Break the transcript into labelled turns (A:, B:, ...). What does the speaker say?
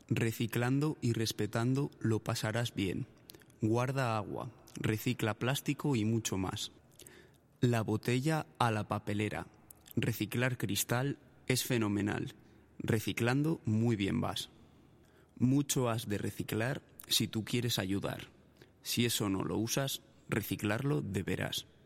A: Reciclando y respetando lo pasarás bien. Guarda agua, recicla plástico y mucho más. La botella a la papelera. Reciclar cristal es fenomenal. Reciclando muy bien vas. Mucho has de reciclar si tú quieres ayudar. Si eso no lo usas, reciclarlo deberás.